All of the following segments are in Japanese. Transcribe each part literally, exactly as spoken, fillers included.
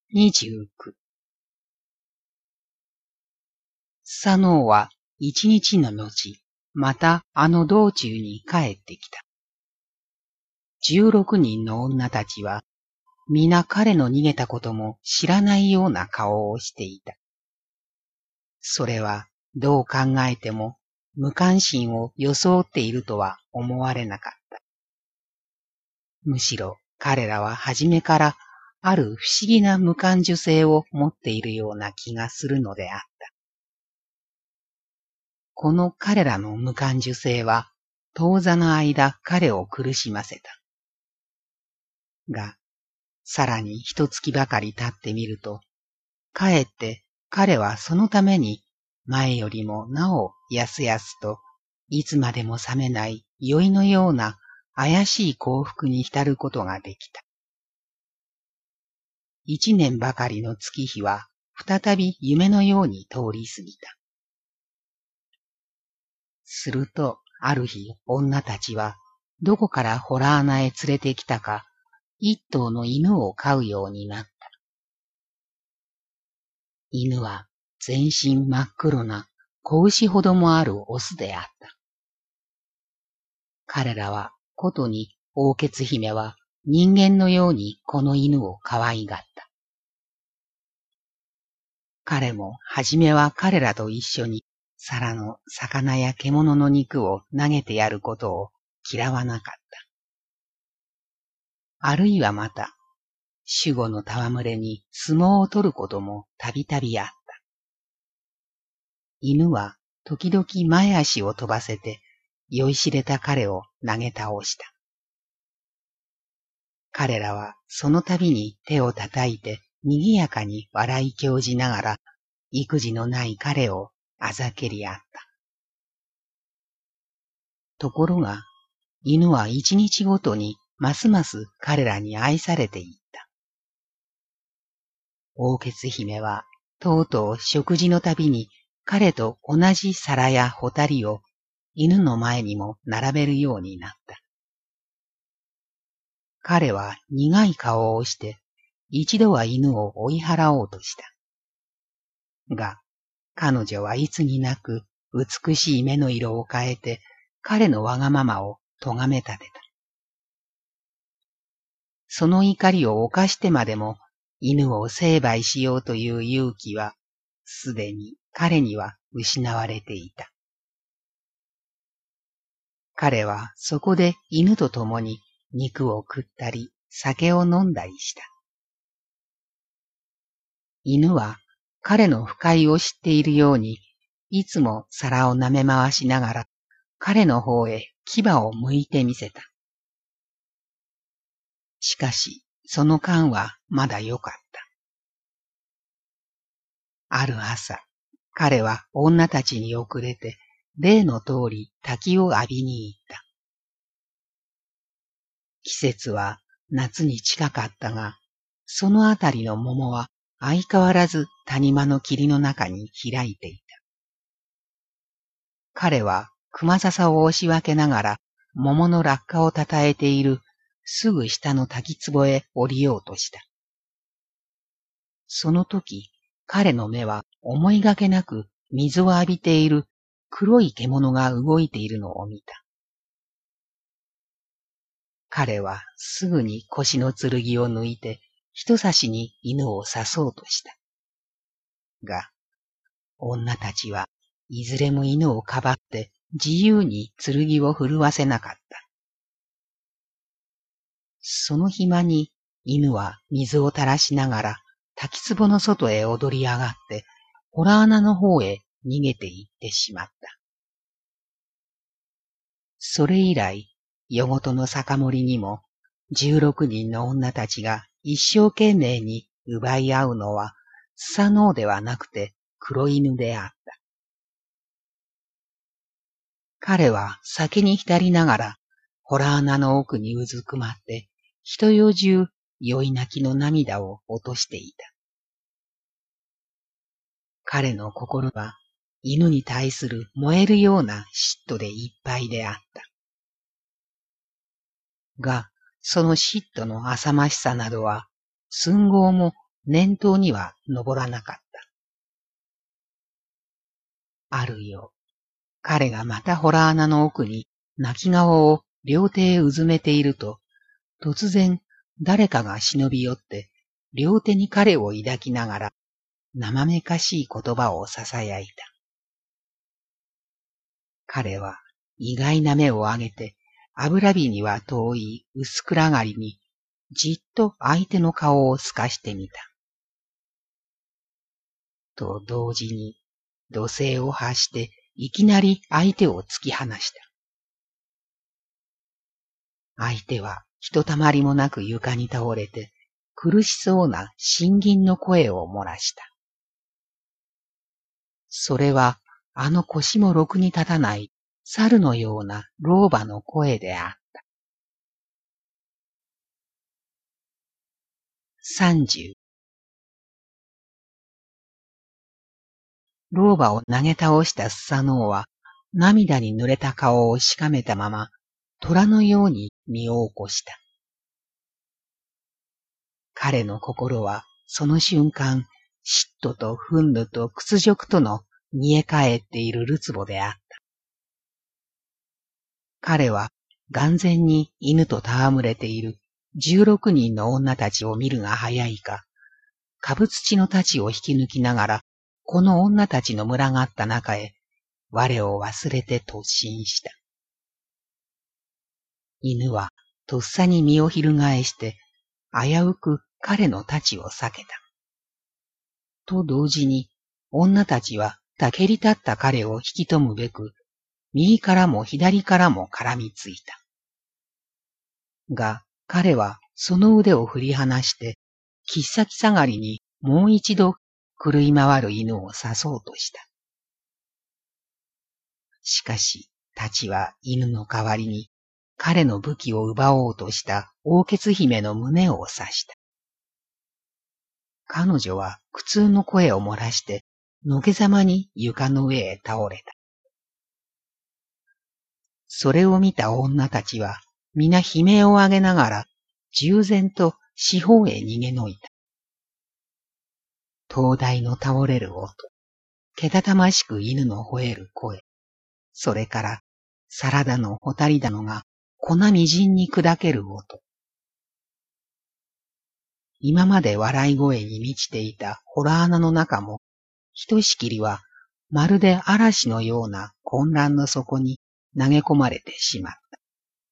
にじゅうきゅう。佐野は一日の後、またあの道中に帰ってきた。十六人の女たちは、皆彼の逃げたことも知らないような顔をしていた。それはどう考えても無関心を装っているとは思われなかった。むしろ彼らは初めからある不思議な無感受性を持っているような気がするのであった。この彼らの無感受性は当座の間彼を苦しませた。が、さらに一月ばかり経ってみると、かえって彼はそのために前よりもなおやすやすといつまでも冷めない酔いのような怪しい幸福に浸ることができた。一年ばかりの月日は再び夢のように通り過ぎた。するとある日女たちはどこから洞穴へ連れてきたか一頭の犬を飼うようになった。犬は全身真っ黒な子牛ほどもあるオスであった。彼らはことに王血姫は人間のようにこの犬を可愛がった。彼もはじめは彼らと一緒に皿の魚や獣の肉を投げてやることを嫌わなかった。あるいはまた、守護の戯れに相撲を取ることもたびたびあった。犬は時々前足を飛ばせて酔いしれた彼を投げ倒した。彼らはその度に手を叩いて賑やかに笑い興じながら育児のない彼をあざけり合った。ところが犬は一日ごとにますます彼らに愛されていった。王血姫はとうとう食事のたびに彼と同じ皿やほたりを犬の前にも並べるようになった。彼は苦い顔をして一度は犬を追い払おうとした。が、彼女はいつになく美しい目の色を変えて彼のわがままを咎め立てた。その怒りを犯してまでも犬を成敗しようという勇気はすでに彼には失われていた。彼はそこで犬と共に肉を食ったり酒を飲んだりした。犬は彼の不快を知っているようにいつも皿を舐め回しながら彼の方へ牙を向いてみせた。しかしその間はまだ良かった。ある朝、彼は女たちに遅れて例の通り滝を浴びに行った。季節は夏に近かったが、そのあたりの桃は相変わらず谷間の霧の中に開いていた。彼は熊笹を押し分けながら桃の落下をたたえているすぐ下の滝壺へ降りようとした。その時、彼の目は思いがけなく水を浴びている黒い獣が動いているのを見た。彼はすぐに腰の剣を抜いて人差しに犬を刺そうとした。が、女たちはいずれも犬をかばって自由に剣を振るわせなかった。その暇に犬は水を垂らしながら滝壺の外へ踊り上がって洞穴の方へ逃げて行ってしまった。それ以来、夜ごとの酒盛りにも十六人の女たちが一生懸命に奪い合うのはスサノオではなくて黒犬であった。彼は酒に浸りながら洞穴の奥にうずくまって一夜中酔い泣きの涙を落としていた。彼の心は犬に対する燃えるような嫉妬でいっぱいであった。が、その嫉妬の浅ましさなどは、寸毫も念頭には上らなかった。あるよ。彼がまた洞穴の奥に泣き顔を両手へうずめていると、突然誰かが忍び寄って、両手に彼を抱きながら、生めかしい言葉を囁いた。彼は意外な目を上げて、油火には遠い薄暗がりに、じっと相手の顔を透かしてみた。と同時に、土星を発して、いきなり相手を突き放した。相手はひとたまりもなく床に倒れて、苦しそうな呻吟の声を漏らした。それは、あの腰もろくに立たない猿のような老婆の声であった。三十。老婆を投げ倒したスサノオは、涙に濡れた顔をしかめたまま、虎のように身を起こした。彼の心は、その瞬間、嫉妬と憤怒と屈辱との煮え返っているるつぼであった。彼は、眼前に犬と戯れている十六人の女たちを見るが早いか、株土の太刀を引き抜きながら、この女たちの群がった中へ、我を忘れて突進した。犬はとっさに身を翻して、危うく彼の太刀を避けた。と同時に、女たちはたけり立った彼を引き止むべく、右からも左からも絡みついた。が、彼はその腕を振り離して、切っ先下がりにもう一度狂い回る犬を刺そうとした。しかし、太刀は犬の代わりに、彼の武器を奪おうとした王血姫の胸を刺した。彼女は苦痛の声を漏らして、のけざまに床の上へ倒れた。それを見た女たちは、皆悲鳴を上げながら、従前と四方へ逃げのいた。灯台の倒れる音、けたたましく犬の吠える声、それから、皿だのほたりだのが粉みじんに砕ける音。今まで笑い声に満ちていた洞穴の中も、ひとしきりはまるで嵐のような混乱の底に投げ込まれてしまった。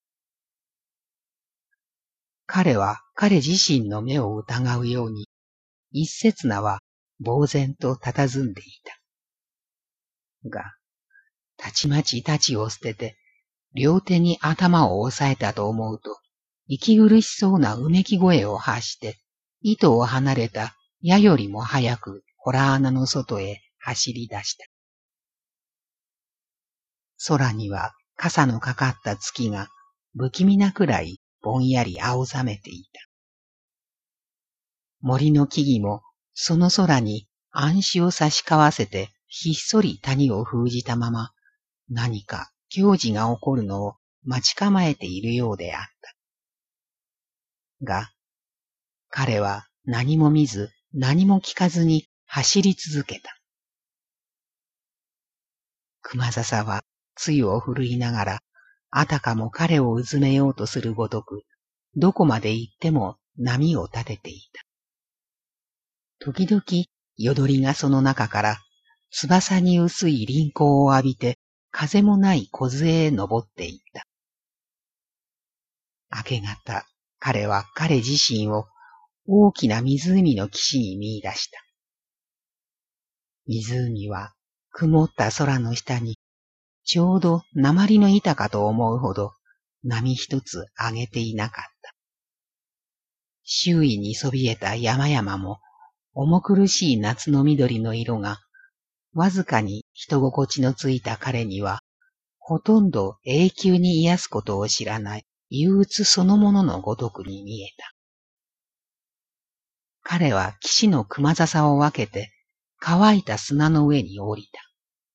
彼は彼自身の目を疑うように、一刹那は呆然と佇んでいた。が、たちまち太刀を捨てて、両手に頭を押さえたと思うと、息苦しそうなうめき声を発して、糸を離れた矢よりも早く洞穴の外へ走り出した。空には傘のかかった月が不気味なくらいぼんやり青ざめていた。森の木々もその空に暗視を差し交わせてひっそり谷を封じたまま、何か行事が起こるのを待ち構えているようであった。が、彼は何も見ず何も聞かずに走り続けた。熊笹は露を振るいながら、あたかも彼をうずめようとするごとく、どこまで行っても波を立てていた。時々、よどりがその中から、翼に薄い輪光を浴びて、風もない梢へ登っていった。明け方、彼は彼自身を大きな湖の岸に見出した。湖は曇った空の下に、ちょうど鉛の板かと思うほど波一つ上げていなかった。周囲にそびえた山々も重苦しい夏の緑の色が、わずかに人心地のついた彼には、ほとんど永久に癒すことを知らない憂鬱そのもののごとくに見えた。彼は岸の熊笹を分けて、乾いた砂の上に降りた。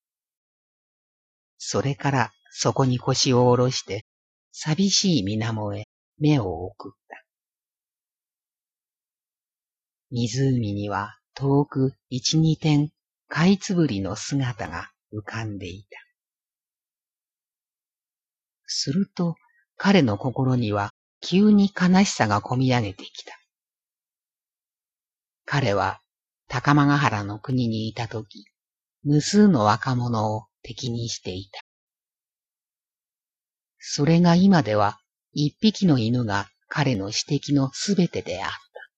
それからそこに腰を下ろして、寂しい水面へ目を送った。 湖には遠く一二点貝つぶりの姿が浮かんでいた。すると彼の心には急に悲しさがこみ上げてきた。彼は高間ヶ原の国にいたとき、無数の若者を敵にしていた。それが今では一匹の犬が彼の指摘のすべてであった。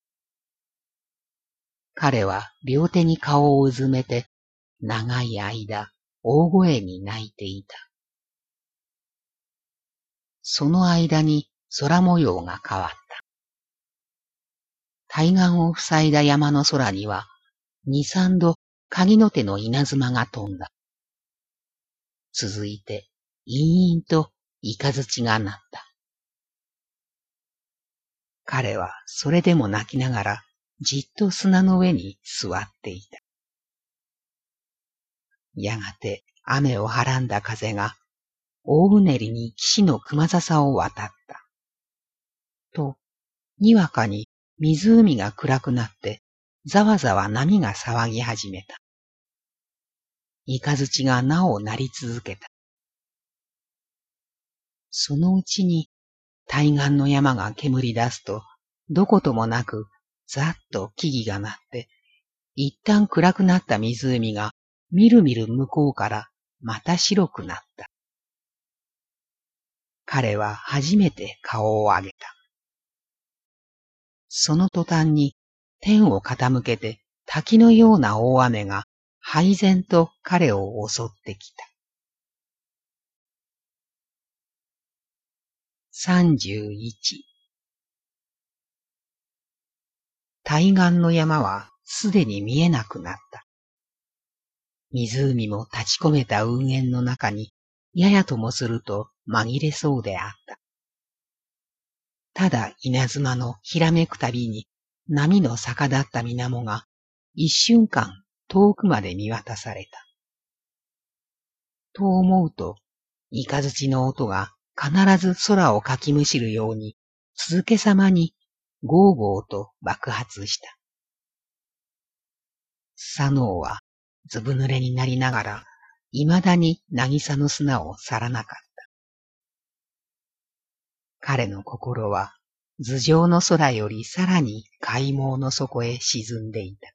彼は両手に顔をうずめて長い間大声に泣いていた。その間に空模様が変わった。対岸を塞いだ山の空には二三度鍵の手の稲妻が飛んだ。続いて、いーんとイカズチが鳴った。彼はそれでも泣きながらじっと砂の上に座っていた。やがて雨をはらんだ風が大うねりに岸の熊笹を渡った。と、にわかに湖が暗くなってざわざわ波が騒ぎ始めた。イカズチがなお鳴り続けた。そのうちに対岸の山が煙り出すと、どこともなくざっと木々が鳴って、一旦暗くなった湖がみるみる向こうからまた白くなった。彼は初めて顔を上げた。その途端に天を傾けて滝のような大雨が拝然と彼を襲ってきた。三十一。対岸の山はすでに見えなくなった。湖も立ち込めた雲煙の中にややともすると紛れそうであった。ただ稲妻のひらめくたびに波の逆立った水面が一瞬間遠くまで見渡された。と思うと、イカズチの音が必ず空をかきむしるように続けさまにゴーゴーと爆発した。サノオはずぶ濡れになりながら未だに渚の砂を去らなかった。彼の心は頭上の空よりさらに海毛の底へ沈んでいた。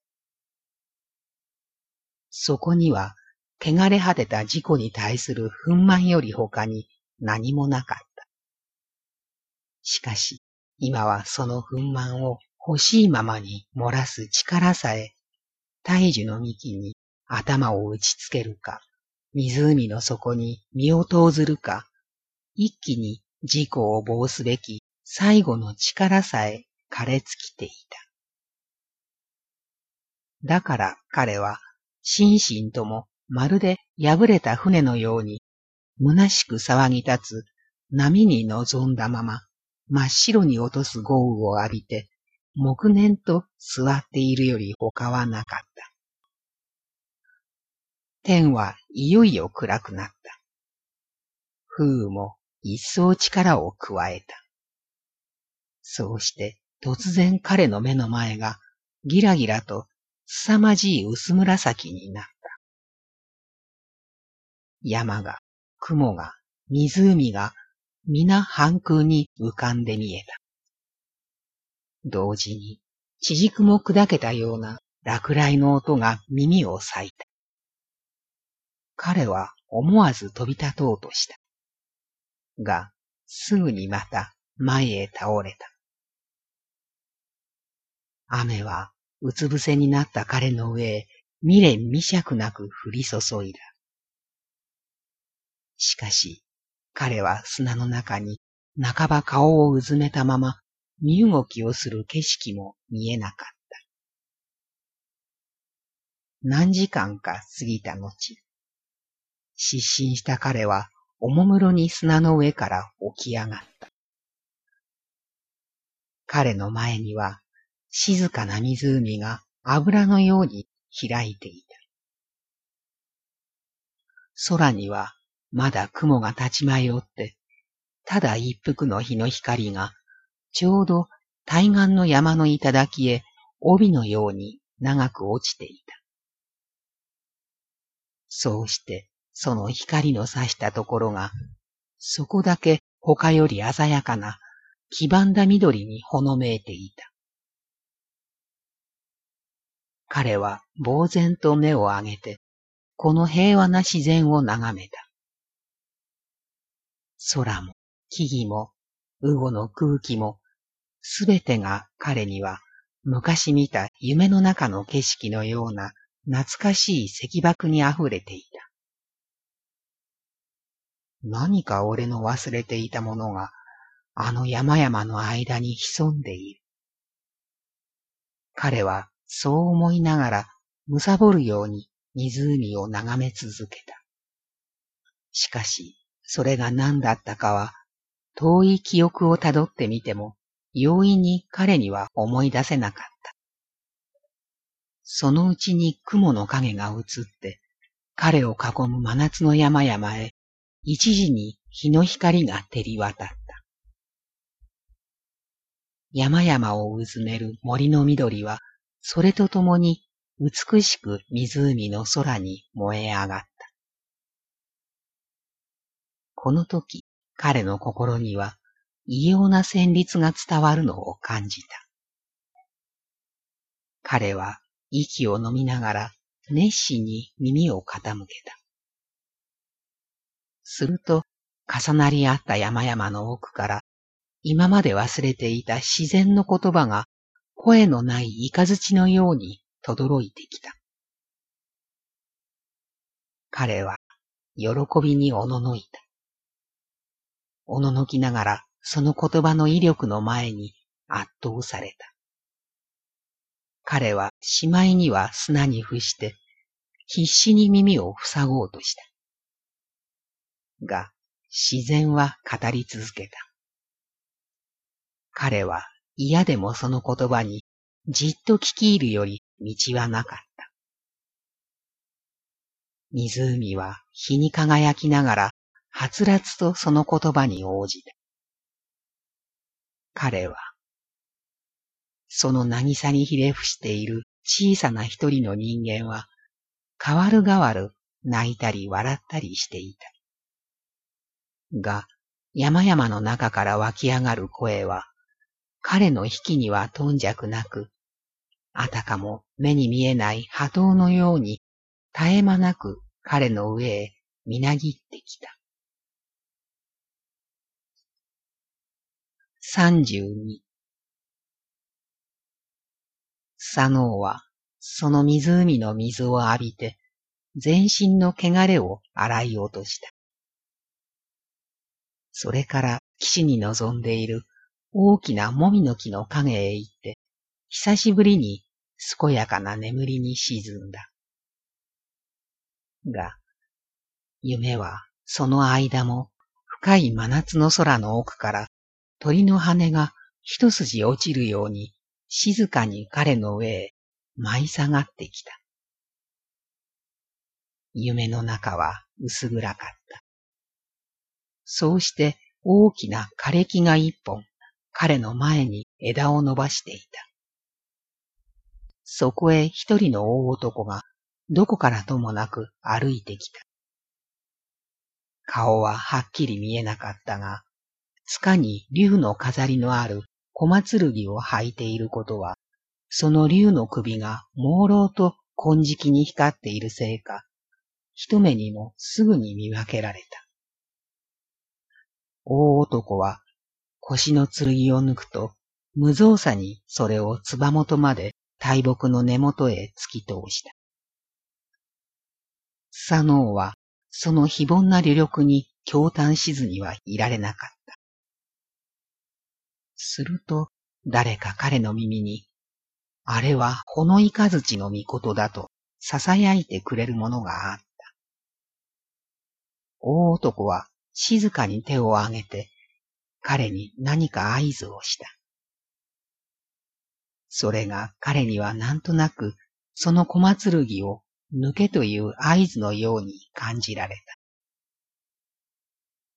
そこには汚れ果てた事故に対する憤懣より他に何もなかった。しかし今はその憤懣を欲しいままに漏らす力さえ大樹の幹に頭を打ちつけるか、湖の底に身を投ずるか、一気に事故を防すべき最後の力さえ枯れ尽きていた。だから彼は心身ともまるで破れた船のように虚しく騒ぎ立つ波に臨んだまま真っ白に落とす豪雨を浴びて黙念と座っているより他はなかった。天はいよいよ暗くなった。風雨も一層力を加えた。そうして突然彼の目の前がギラギラと凄まじい薄紫になった。山が、雲が、湖が皆半空に浮かんで見えた。同時に地軸も砕けたような落雷の音が耳を裂いた。彼は思わず飛び立とうとした。が、すぐにまた前へ倒れた。雨はうつ伏せになった彼の上へ未練未釈なく降り注いだ。しかし、彼は砂の中に半ば顔をうずめたまま身動きをする景色も見えなかった。何時間か過ぎた後、失神した彼はおもむろに砂の上から起き上がった。彼の前には静かな湖が油のように開いていた。空にはまだ雲が立ち迷って、ただ一幅の日の光がちょうど対岸の山の頂へ帯のように長く落ちていた。そうして、その光の差したところが、そこだけ他より鮮やかな黄ばんだ緑にほのめいていた。彼は呆然と目を上げて、この平和な自然を眺めた。空も木々も雨後の空気も、すべてが彼には昔見た夢の中の景色のような懐かしい石箔にあふれていた。何か俺の忘れていたものがあの山々の間に潜んでいる。彼はそう思いながら貪るように湖を眺め続けた。しかし、それが何だったかは、遠い記憶をたどってみても、容易に彼には思い出せなかった。そのうちに雲の影が映って、彼を囲む真夏の山々へ、一時に日の光が照り渡った。山々をうずめる森の緑は、それとともに美しく湖の空に燃え上がった。この時、彼の心には異様な旋律が伝わるのを感じた。彼は息を飲みながら熱心に耳を傾けた。すると、重なり合った山々の奥から、今まで忘れていた自然の言葉が声のない雷のように轟いてきた。彼は喜びにおののいた。おののきながらその言葉の威力の前に圧倒された。彼はしまいには砂に伏して必死に耳を塞ごうとした。が自然は語り続けた。彼は嫌でもその言葉にじっと聞き入るより道はなかった。湖は日に輝きながらはつらつとその言葉に応じた。彼はその渚にひれ伏している小さな一人の人間は代わる代わる泣いたり笑ったりしていた。が山々の中から湧き上がる声は彼の引きには頓着なく、あたかも目に見えない波動のように絶え間なく彼の上へみなぎってきた。さんじゅうにサノオはその湖の水を浴びて全身の汚れを洗い落とした。それから岸に臨んでいる大きなもみの木の影へ行って、久しぶりに健やかな眠りに沈んだ。が、夢はその間も深い真夏の空の奥から鳥の羽が一筋落ちるように静かに彼の上へ舞い下がってきた。夢の中は薄暗かった。そうして大きな枯れ木が一本彼の前に枝を伸ばしていた。そこへ一人の大男がどこからともなく歩いてきた。顔ははっきり見えなかったが、柄に竜の飾りのある小松剣を履いていることは、その竜の首が朦朧と金色に光っているせいか、一目にもすぐに見分けられた。大男は腰の剣を抜くと、無造作にそれをつば元まで大木の根元へ突き通した。サノオはその非凡な履力に驚嘆しずにはいられなかった。すると誰か彼の耳に、あれはほのいかづちの御事だと囁いてくれるものがあった。大男は静かに手を挙げて彼に何か合図をした。それが彼にはなんとなくその小松剣を抜けという合図のように感じられた。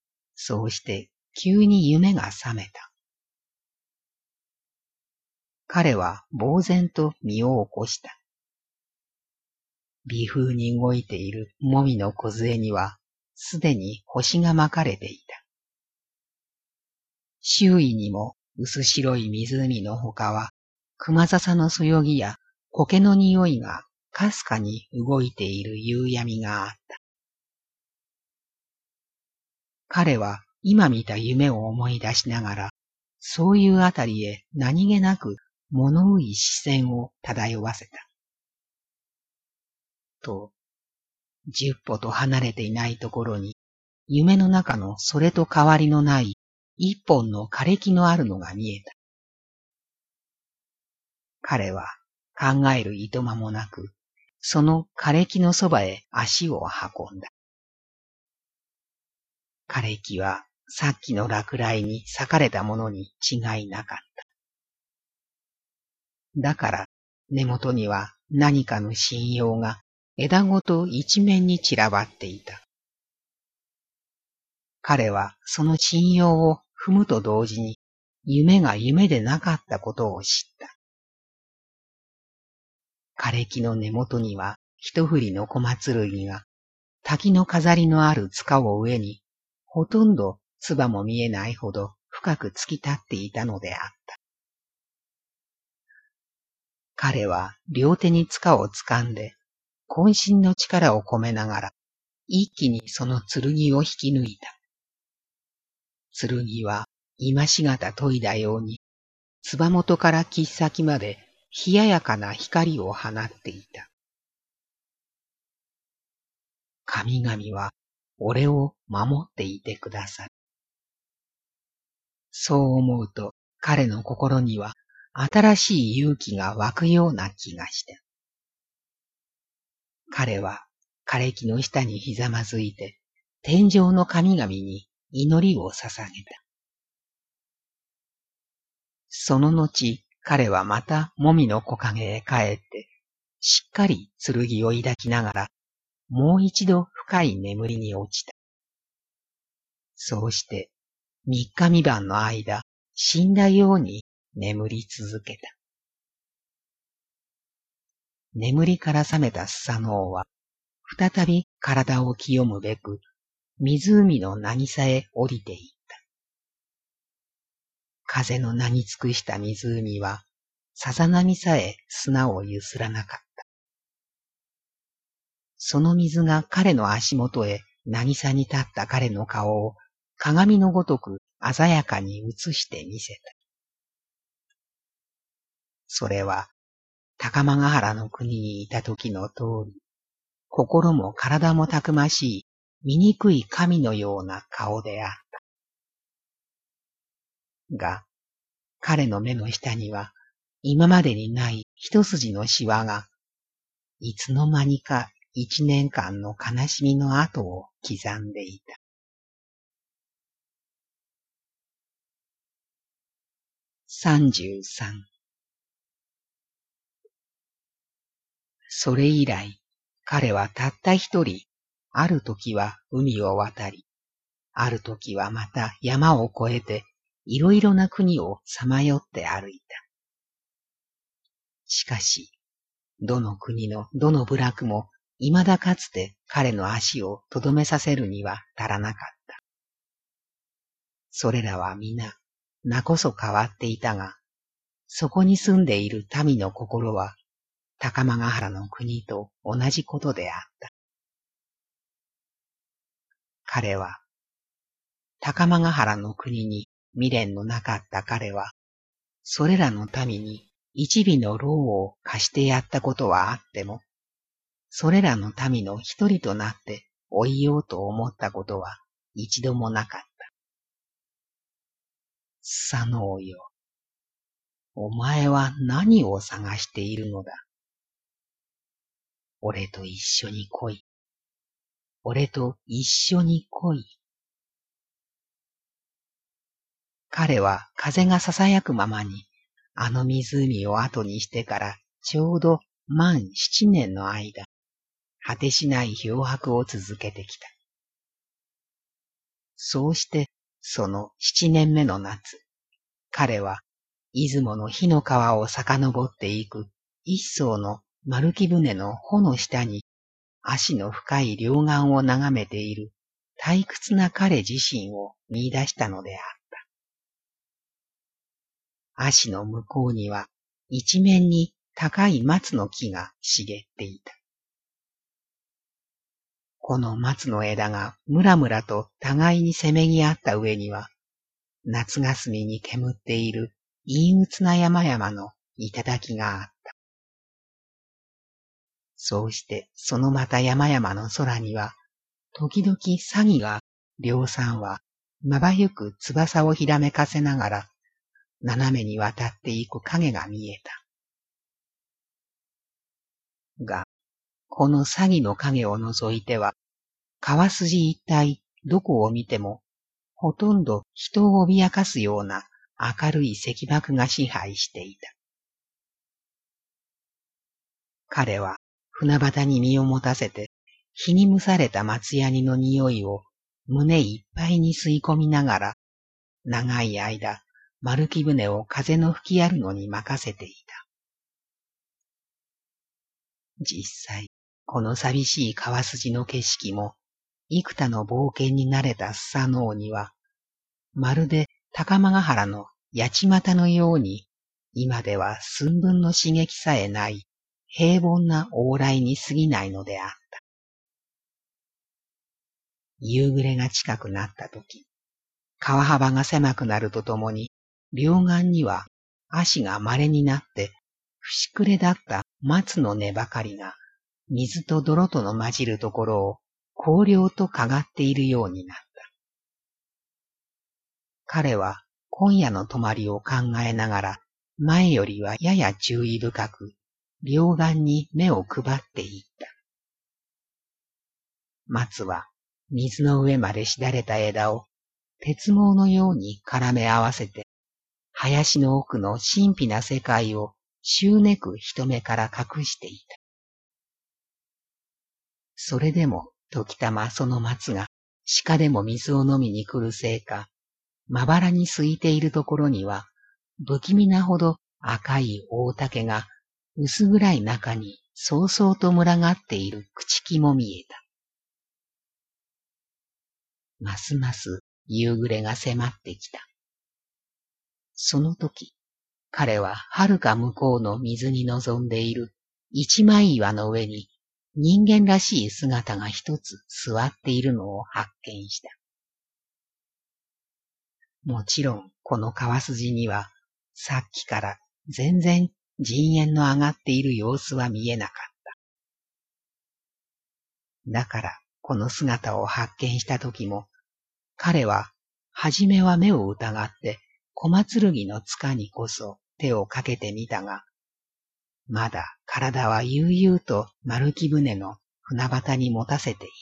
そうして急に夢が覚めた。 彼は呆然と身を起こした。微風に動いているもみの梢には、すでに星がまかれていた。周囲にも薄白い湖のほかは、熊笹のそよぎや苔の匂いがかすかに動いている夕闇があった。彼は今見た夢を思い出しながら、そういうあたりへ何気なく物憂い視線を漂わせた。と、十歩と離れていないところに、夢の中のそれと変わりのない一本の枯れ木のあるのが見えた。彼は考えるいとまもなく、その枯れ木のそばへ足を運んだ。枯れ木はさっきの落雷に裂かれたものに違いなかった。だから根元には何かの信用が枝ごと一面に散らばっていた。彼はその信用を踏むと同時に夢が夢でなかったことを知った。枯れ木の根元には一振りの小松類が滝の飾りのある塚を上にほとんど唾も見えないほど深く突き立っていたのであった。彼は両手に塚を掴んで渾身の力を込めながら一気にその剣を引き抜いた。剣は今しがた研いだように唾元から切っ先まで冷ややかな光を放っていた。神々は俺を守っていてくださる。そう思うと彼の心には新しい勇気が湧くような気がした。彼は枯れ木の下にひざまずいて天上の神々に祈りを捧げた。その後彼はまたもみの木陰へ帰ってしっかり剣を抱きながらもう一度深い眠りに落ちた。そうして三日三晩の間死んだように眠り続けた。眠りから覚めたスサノオは再び体を清むべく湖の渚へ降りていった。風の鳴り尽くした湖はさざ波さえ砂をゆすらなかった。その水が彼の足元へ渚に立った彼の顔を鏡のごとく鮮やかに映してみせた。それは高間ヶ原の国にいた時の通り、心も体もたくましい醜い神のような顔であった。が、彼の目の下には今までにない一筋のシワが、いつの間にか一年間の悲しみの跡を刻んでいた。さんじゅうさん。それ以来、彼はたった一人、ある時は海を渡り、ある時はまた山を越えて、いろいろな国をさまよって歩いた。しかし、どの国のどの部落も、未だかつて彼の足をとどめさせるには足らなかった。それらは皆、名こそ変わっていたが、そこに住んでいる民の心は、高間ヶ原の国と同じことであった。彼は、高間ヶ原の国に未練のなかった彼は、それらの民に一尾の労を貸してやったことはあっても、それらの民の一人となって追いようと思ったことは一度もなかった。スサノオよ、お前は何を探しているのだ。俺と一緒に来い。俺と一緒に来い。彼は風が囁くままに、あの湖を後にしてからちょうど満七年の間、果てしない漂泊を続けてきた。そうしてその七年目の夏、彼は出雲の火の川を遡っていく一艘の丸木舟の帆の下に足の深い両岸を眺めている退屈な彼自身を見出したのであった。足の向こうには一面に高い松の木が茂っていた。この松の枝がむらむらと互いにせめぎ合った上には、夏霞に煙っている陰鬱な山々の頂があった。そうしてそのまた山々の空には、時々サギが両三羽、まばゆく翼をひらめかせながら、斜めに渡っていく影が見えた。が、このサギの影を除いては、川筋一帯どこを見ても、ほとんど人を脅かすような明るい石箔が支配していた。彼は船端に身を持たせて、日に蒸された松ヤニの匂いを胸いっぱいに吸い込みながら、長い間、丸木舟を風の吹きやるのに任せていた。実際、この寂しい川筋の景色も、幾多の冒険に慣れたスサノオには、まるで高間ヶ原の八街のように、今では寸分の刺激さえない平凡な往来に過ぎないのであった。夕暮れが近くなったとき、川幅が狭くなるとともに、両岸には足が稀になって、節くれだった松の根ばかりが、水と泥との混じるところを荒涼とかがっているようになった。彼は今夜の泊まりを考えながら、前よりはやや注意深く、両岸に目を配っていった。松は水の上までしだれた枝を鉄網のように絡め合わせて、林の奥の神秘な世界をしゅうめく人目から隠していた。それでも時たまその松が鹿でも水を飲みに来るせいか、まばらに空いているところには、不気味なほど赤い大竹が薄暗い中にそうそうと群がっている朽木も見えた。ますます夕暮れが迫ってきた。その時、彼は遥か向こうの水に臨んでいる一枚岩の上に人間らしい姿が一つ座っているのを発見した。もちろんこの川筋にはさっきから全然陣煙の上がっている様子は見えなかった。だからこの姿を発見した時も彼ははじめは目を疑って小松剣の塚にこそ手をかけてみたが、まだ体は悠々と丸木舟の船端に持たせていた。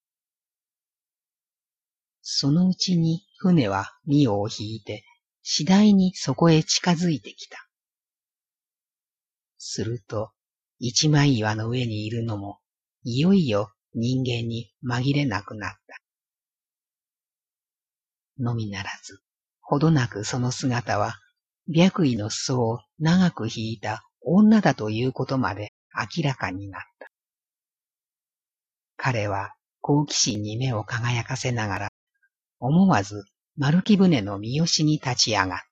そのうちに船は身を引いて次第にそこへ近づいてきた。すると一枚岩の上にいるのもいよいよ人間に紛れなくなった。のみならず、ほどなくその姿は白衣の裾を長く引いた女だということまで明らかになった。彼は好奇心に目を輝かせながら、思わず丸木舟の三好に立ち上がった。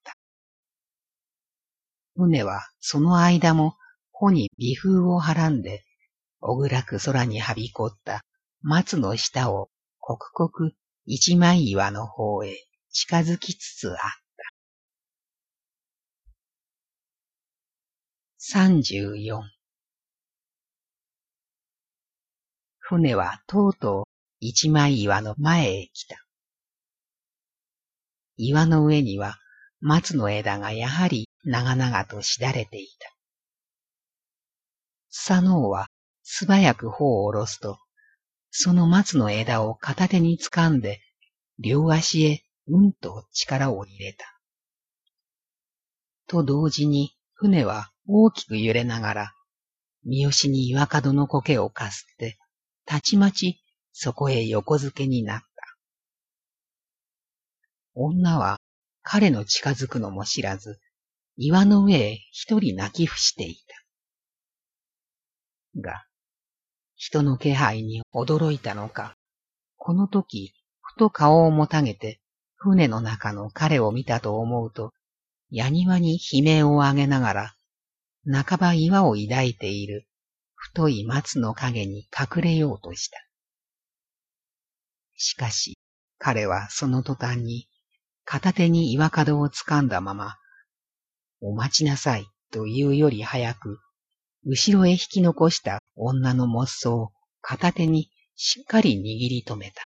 船はその間も帆に微風をはらんで、小暗く空にはびこった松の下を刻々一枚岩の方へ近づきつつあった。さんじゅうよん。船はとうとう一枚岩の前へ来た。岩の上には松の枝がやはり長々としだれていた。スサノオは素早く帆を下ろすと、その松の枝を片手に掴んで、両足へうんと力を入れた。と同時に船は大きく揺れながら、三好に岩角の苔をかすって、たちまちそこへ横付けになった。女は彼の近づくのも知らず、 岩の上へ一人泣き伏していた。が、人の気配に驚いたのか、この時、ふと顔をもたげて、船の中の彼を見たと思うと、矢庭に悲鳴を上げながら、半ば岩を抱いている太い松の影に隠れようとした。しかし、彼はその途端に、片手に岩角を掴んだまま、お待ちなさいというより早く、後ろへ引き残した女のもっそを片手にしっかり握り止めた。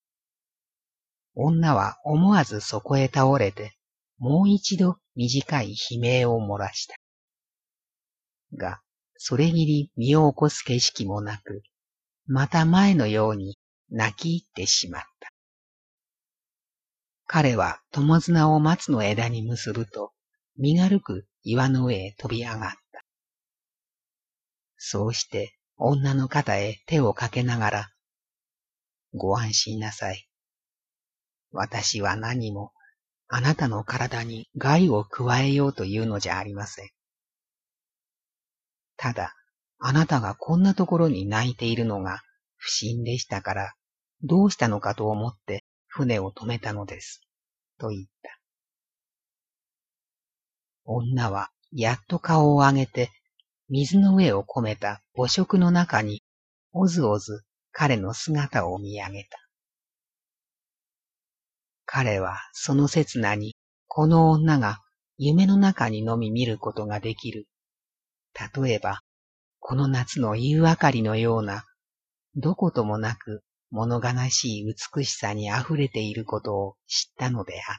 女は思わずそこへ倒れて、もう一度短い悲鳴を漏らした。が、それぎり身を起こす景色もなく、また前のように泣き入ってしまった。彼は友綱を松の枝に結ぶと、身軽く岩の上へ飛び上がった。そうして女の肩へ手をかけながら、ご安心なさい。私は何もあなたの体に害を加えようというのじゃありません。ただ、あなたがこんなところに泣いているのが不審でしたから、どうしたのかと思って船を止めたのです。と言った。女はやっと顔を上げて、水の上を込めた母色の中に、おずおず彼の姿を見上げた。彼はその刹那に、この女が夢の中にのみ見ることができる。例えば、この夏の夕明かりのような、どこともなく物悲しい美しさに溢れていることを知ったのであった。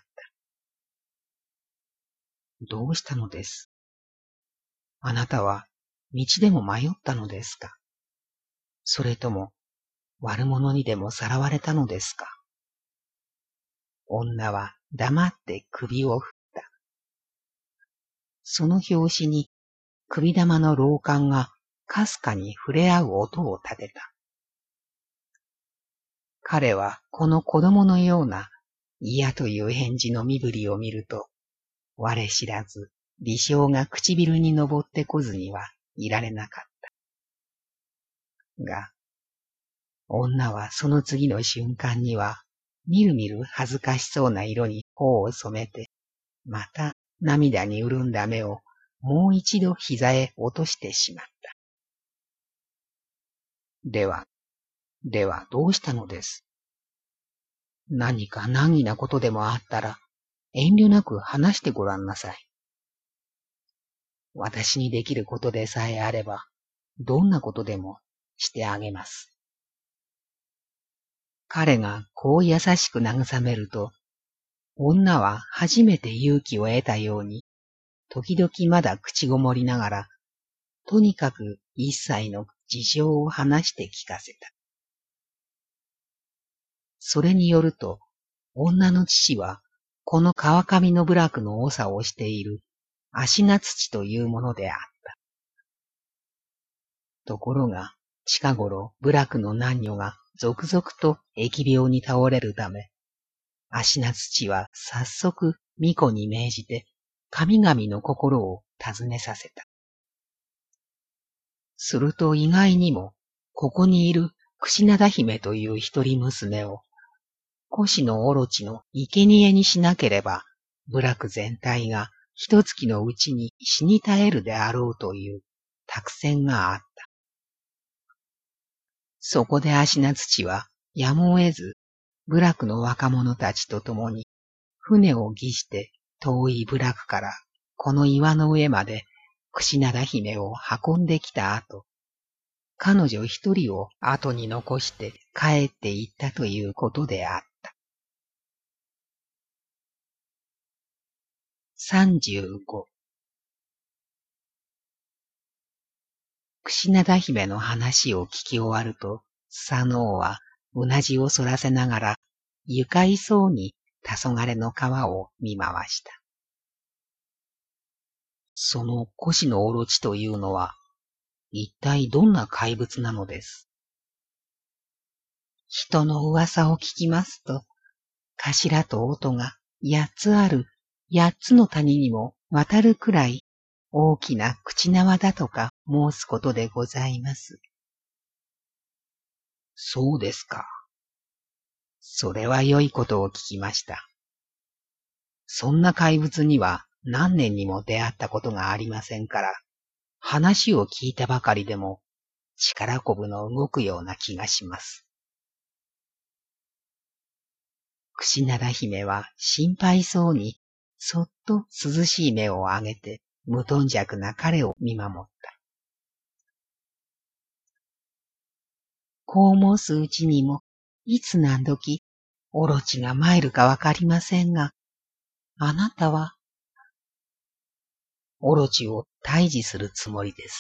どうしたのです？あなたは道でも迷ったのですか？それとも悪者にでもさらわれたのですか？女は黙って首を振った。その拍子に首玉の老冠がかすかに触れ合う音を立てた。彼はこの子供のような嫌という返事の身振りを見ると、我知らず微笑が唇に上ってこずにはいられなかった。が、女はその次の瞬間には、みるみる恥ずかしそうな色に頬を染めて、また涙に潤んだ目をもう一度膝へ落としてしまった。では、ではどうしたのです？何か難儀なことでもあったら、遠慮なく話してごらんなさい。私にできることでさえあれば、どんなことでもしてあげます。彼がこう優しく慰めると、女は初めて勇気を得たように、時々まだ口ごもりながら、とにかく一切の事情を話して聞かせた。それによると、女の父は、この川上の部落の長をしている足名土というものであった。ところが、近頃部落の男女が続々と疫病に倒れるため、足名土は早速巫女に命じて神々の心を尋ねさせた。すると意外にも、ここにいる櫛灘姫という一人娘を、腰のオロチの生贄にしなければ、部落全体が一月のうちに死に絶えるであろうという託戦があった。そこで足名土はやむを得ず、部落の若者たちと共に、船を儀して遠い部落からこの岩の上まで櫛灘姫を運んできた後、彼女一人を後に残して帰っていったということであった。さんじゅうご。櫛灘姫の話を聞き終わると、佐野はうなじをそらせながら、愉快そうに黄昏の川を見回した。その腰のオロチというのは、一体どんな怪物なのです？人の噂を聞きますと、頭と音が八つある八つの谷にも渡るくらい大きな口縄だとか申すことでございます。そうですか。それは良いことを聞きました。そんな怪物には何年にも出会ったことがありませんから、話を聞いたばかりでも力こぶの動くような気がします。櫛灘姫は心配そうにそっと涼しい目を上げて無頓着な彼を見守った。こう申すうちにも、いつ何時、オロチが参るかわかりませんが、あなたは、オロチを退治するつもりです。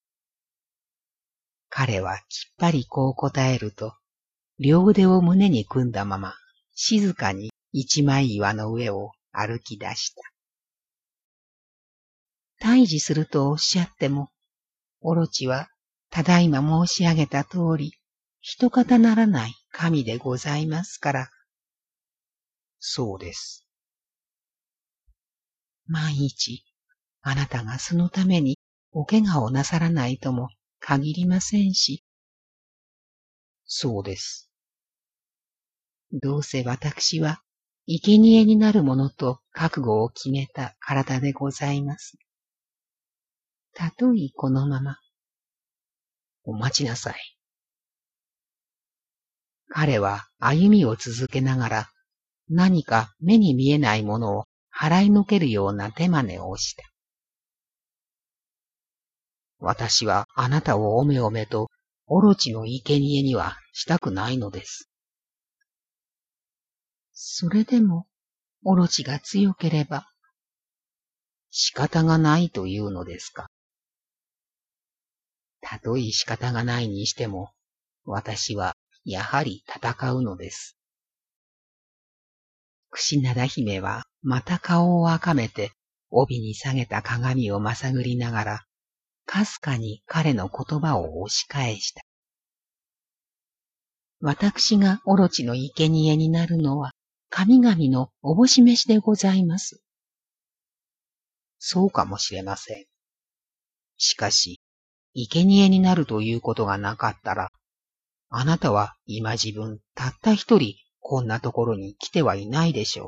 彼はきっぱりこう答えると、両腕を胸に組んだまま、静かに一枚岩の上を歩き出した。退治するとおっしゃっても、オロチはただいま申し上げた通り、一方ならない神でございますから。そうです。万一、あなたがそのためにお怪我をなさらないとも限りませんし。そうです。どうせ私は、生贄になるものと覚悟を決めた体でございます。たとえこのまま。お待ちなさい。彼は歩みを続けながら、何か目に見えないものを払いのけるような手真似をした。私はあなたをおめおめとオロチの生贄にはしたくないのです。それでも、オロチが強ければ、仕方がないというのですか。たとえ仕方がないにしても、私はやはり戦うのです。櫛灘姫はまた顔を赤めて、帯に下げた鏡をまさぐりながら、かすかに彼の言葉を押し返した。私がオロチの生贄になるのは、神々のおぼしめしでございます。そうかもしれません。しかし、生贄になるということがなかったら、あなたは今自分たった一人こんなところに来てはいないでしょう。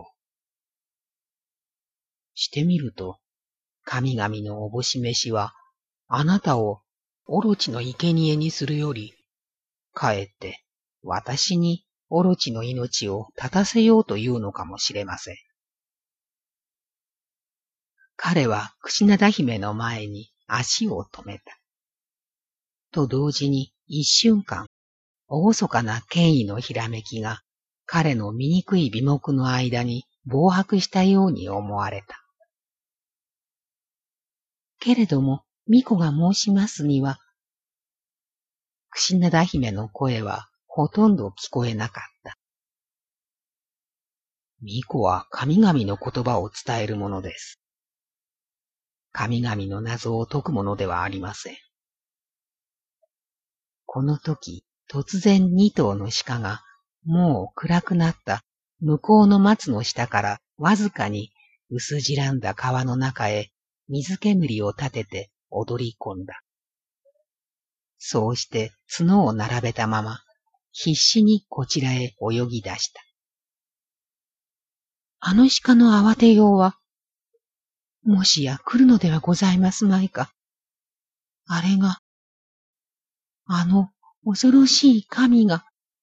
してみると、神々のおぼしめしは、あなたをオロチの生贄にするより、かえって私にオロチの命を絶たせようというのかもしれません。彼は櫛灘姫の前に足を止めた。と同時に一瞬間、厳かな権威のひらめきが彼の醜い眉目の間に暴白したように思われた。けれども、巫女が申しますには、櫛灘姫の声はほとんど聞こえなかった。巫女は神々の言葉を伝えるものです。神々の謎を解くものではありません。この時、突然二頭の鹿が、もう暗くなった向こうの松の下からわずかに薄白んだ川の中へ水煙を立てて踊り込んだ。そうして角を並べたまま、必死にこちらへ泳ぎ出した。あの鹿の慌てようは、もしや来るのではございますまいか。あれが、あの恐ろしい神が。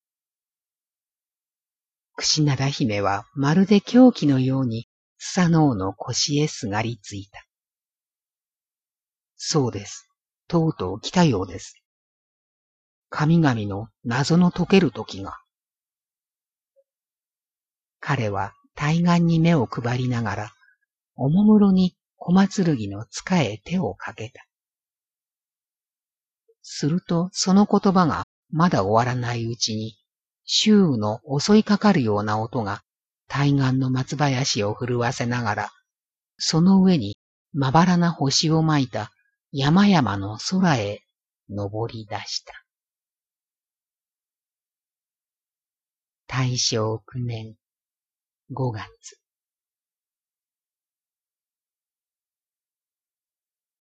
櫛灘姫はまるで狂気のようにスサノオの腰へすがりついた。そうです。とうとう来たようです。神々の謎の解ける時が。彼は対岸に目を配りながら、おもむろに小松剣の塚へ手をかけた。するとその言葉がまだ終わらないうちに、周囲の襲いかかるような音が対岸の松林を震わせながら、その上にまばらな星をまいた山々の空へ登り出した。大正九年ごがつ。